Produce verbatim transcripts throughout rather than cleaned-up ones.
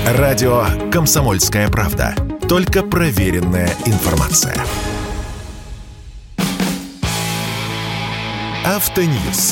Радио «Комсомольская правда». Только проверенная информация. Автоньюз.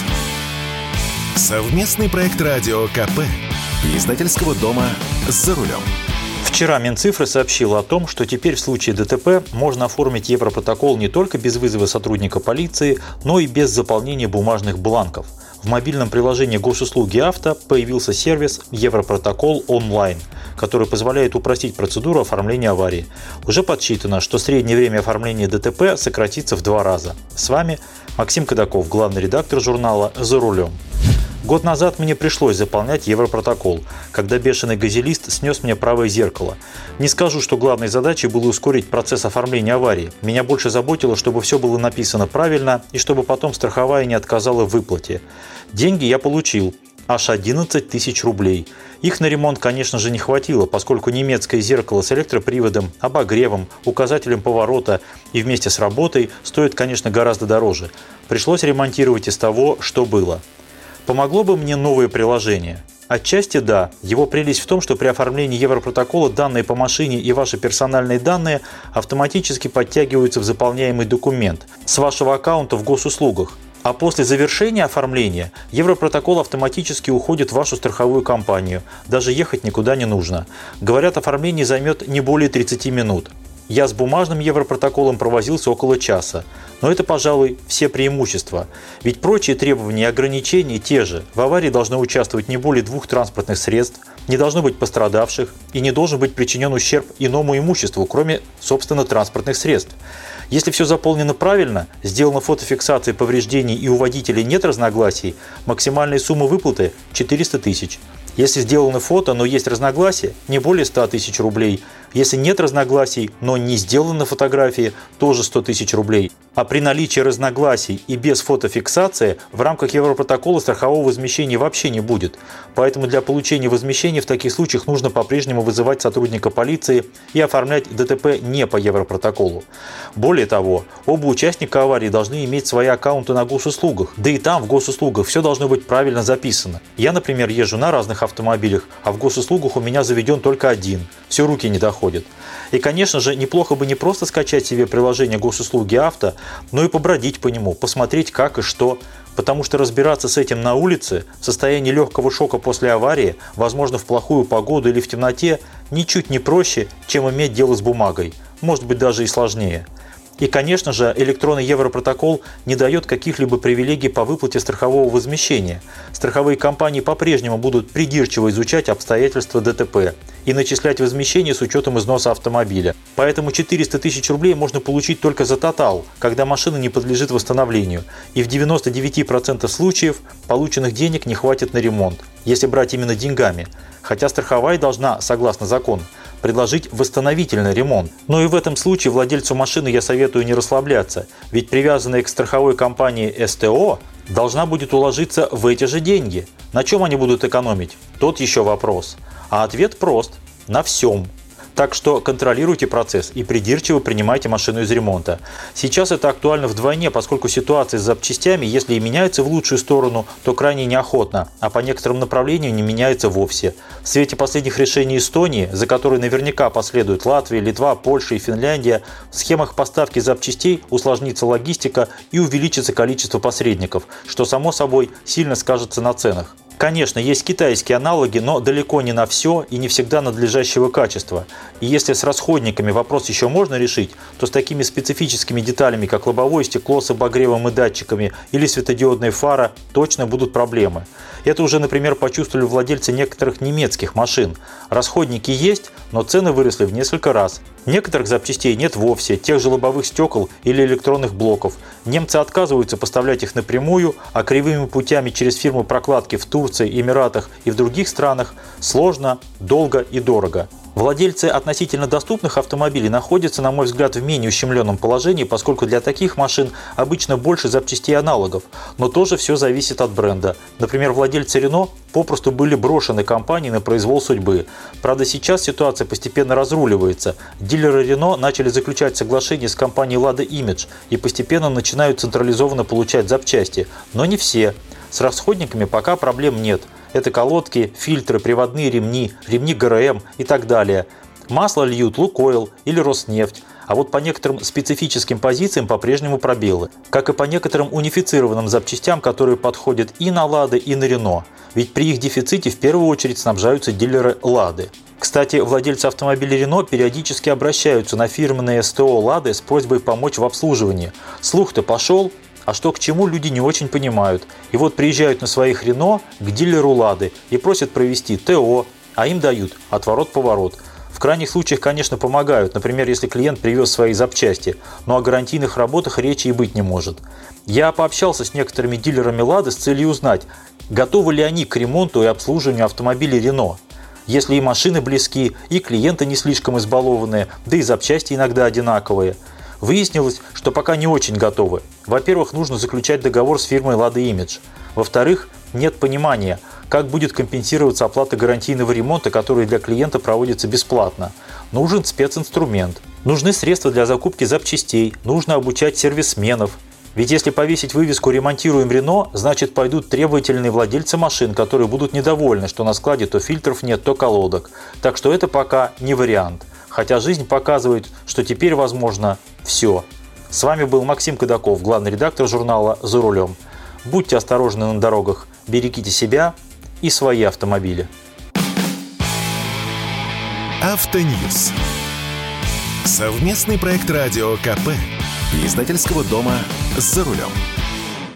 Совместный проект радио КП и издательского дома «За рулем». Вчера Минцифры сообщила о том, что теперь в случае ДТП можно оформить Европротокол не только без вызова сотрудника полиции, но и без заполнения бумажных бланков. В мобильном приложении госуслуги авто появился сервис Европротокол онлайн, который позволяет упростить процедуру оформления аварии. Уже подсчитано, что среднее время оформления ДТП сократится в два раза. С вами Максим Кадаков, главный редактор журнала «За рулем». Год назад мне пришлось заполнять Европротокол, когда бешеный газелист снес мне правое зеркало. Не скажу, что главной задачей было ускорить процесс оформления аварии. Меня больше заботило, чтобы все было написано правильно и чтобы потом страховая не отказала в выплате. Деньги я получил. Аж одиннадцать тысяч рублей. Их на ремонт, конечно же, не хватило, поскольку немецкое зеркало с электроприводом, обогревом, указателем поворота и вместе с работой стоит, конечно, гораздо дороже. Пришлось ремонтировать из того, что было. Помогло бы мне новое приложение? Отчасти да. Его прелесть в том, что при оформлении Европротокола данные по машине и ваши персональные данные автоматически подтягиваются в заполняемый документ с вашего аккаунта в госуслугах. А после завершения оформления Европротокол автоматически уходит в вашу страховую компанию. Даже ехать никуда не нужно. Говорят, оформление займет не более тридцати минут. Я с бумажным Европротоколом провозился около часа. Но это, пожалуй, все преимущества. Ведь прочие требования и ограничения те же. В аварии должно участвовать не более двух транспортных средств, не должно быть пострадавших и не должен быть причинен ущерб иному имуществу, кроме, собственно, транспортных средств. Если все заполнено правильно, сделана фотофиксация повреждений и у водителя нет разногласий, максимальная сумма выплаты – четыреста тысяч. Если сделано фото, но есть разногласия, не более ста тысяч рублей. Если нет разногласий, но не сделаны фотографии, тоже сто тысяч рублей. А при наличии разногласий и без фотофиксации в рамках Европротокола страхового возмещения вообще не будет. Поэтому для получения возмещения в таких случаях нужно по-прежнему вызывать сотрудника полиции и оформлять ДТП не по Европротоколу. Более того, оба участника аварии должны иметь свои аккаунты на госуслугах. Да и там, в госуслугах, все должно быть правильно записано. Я, например, езжу на разных автомобилях, а в госуслугах у меня заведен только один. Все руки не доходят. И, конечно же, неплохо бы не просто скачать себе приложение госуслуги авто, но и побродить по нему, посмотреть как и что. Потому что разбираться с этим на улице, в состоянии легкого шока после аварии, возможно, в плохую погоду или в темноте, ничуть не проще, чем иметь дело с бумагой. Может быть, даже и сложнее. И, конечно же, электронный Европротокол не дает каких-либо привилегий по выплате страхового возмещения. Страховые компании по-прежнему будут придирчиво изучать обстоятельства ДТП и начислять возмещение с учетом износа автомобиля. Поэтому четыреста тысяч рублей можно получить только за тотал, когда машина не подлежит восстановлению. И в девяноста девяти процентах случаев полученных денег не хватит на ремонт, если брать именно деньгами. Хотя страховая должна, согласно закону, предложить восстановительный ремонт. Но и в этом случае владельцу машины я советую не расслабляться, ведь привязанная к страховой компании эс тэ о должна будет уложиться в эти же деньги. На чем они будут экономить? Тот еще вопрос. А ответ прост – на всем. Так что контролируйте процесс и придирчиво принимайте машину из ремонта. Сейчас это актуально вдвойне, поскольку ситуация с запчастями, если и меняется в лучшую сторону, то крайне неохотно, а по некоторым направлениям не меняется вовсе. В свете последних решений Эстонии, за которые наверняка последуют Латвия, Литва, Польша и Финляндия, в схемах поставки запчастей усложнится логистика и увеличится количество посредников, что само собой сильно скажется на ценах. Конечно, есть китайские аналоги, но далеко не на все и не всегда надлежащего качества. И если с расходниками вопрос еще можно решить, то с такими специфическими деталями, как лобовое стекло с обогревом и датчиками или светодиодная фара, точно будут проблемы. Это уже, например, почувствовали владельцы некоторых немецких машин. Расходники есть, но цены выросли в несколько раз. Некоторых запчастей нет вовсе, тех же лобовых стекол или электронных блоков. Немцы отказываются поставлять их напрямую, а кривыми путями через фирмы прокладки в Турции, Эмиратах и в других странах сложно, долго и дорого. Владельцы относительно доступных автомобилей находятся, на мой взгляд, в менее ущемленном положении, поскольку для таких машин обычно больше запчастей аналогов, но тоже все зависит от бренда. Например, владельцы Renault попросту были брошены компанией на произвол судьбы. Правда, сейчас ситуация постепенно разруливается. Дилеры Renault начали заключать соглашения с компанией Lada Image и постепенно начинают централизованно получать запчасти, но не все. С расходниками пока проблем нет. Это колодки, фильтры, приводные ремни, ремни ГРМ и так далее. Масло льют Лукойл или Роснефть. А вот по некоторым специфическим позициям по-прежнему пробелы. Как и по некоторым унифицированным запчастям, которые подходят и на «Лады», и на «Рено». Ведь при их дефиците в первую очередь снабжаются дилеры «Лады». Кстати, владельцы автомобилей «Рено» периодически обращаются на фирменные СТО «Лады» с просьбой помочь в обслуживании. Слух-то пошел, а что к чему, люди не очень понимают. И вот приезжают на своих «Рено» к дилеру «Лады» и просят провести ТО, а им дают отворот-поворот. В крайних случаях, конечно, помогают, например, если клиент привез свои запчасти, но о гарантийных работах речи и быть не может. Я пообщался с некоторыми дилерами «Лады» с целью узнать, готовы ли они к ремонту и обслуживанию автомобилей «Рено». Если и машины близки, и клиенты не слишком избалованные, да и запчасти иногда одинаковые. Выяснилось, что пока не очень готовы. Во-первых, нужно заключать договор с фирмой «Лада Имидж». Во-вторых, нет понимания, как будет компенсироваться оплата гарантийного ремонта, который для клиента проводится бесплатно. Нужен специнструмент. Нужны средства для закупки запчастей, нужно обучать сервисменов. Ведь если повесить вывеску «Ремонтируем Рено», значит пойдут требовательные владельцы машин, которые будут недовольны, что на складе то фильтров нет, то колодок. Так что это пока не вариант. Хотя жизнь показывает, что теперь возможно все. С вами был Максим Кадаков, главный редактор журнала «За рулем». Будьте осторожны на дорогах, берегите себя и свои автомобили. Автоньюз. Совместный проект радио КП. Издательского дома «За рулем».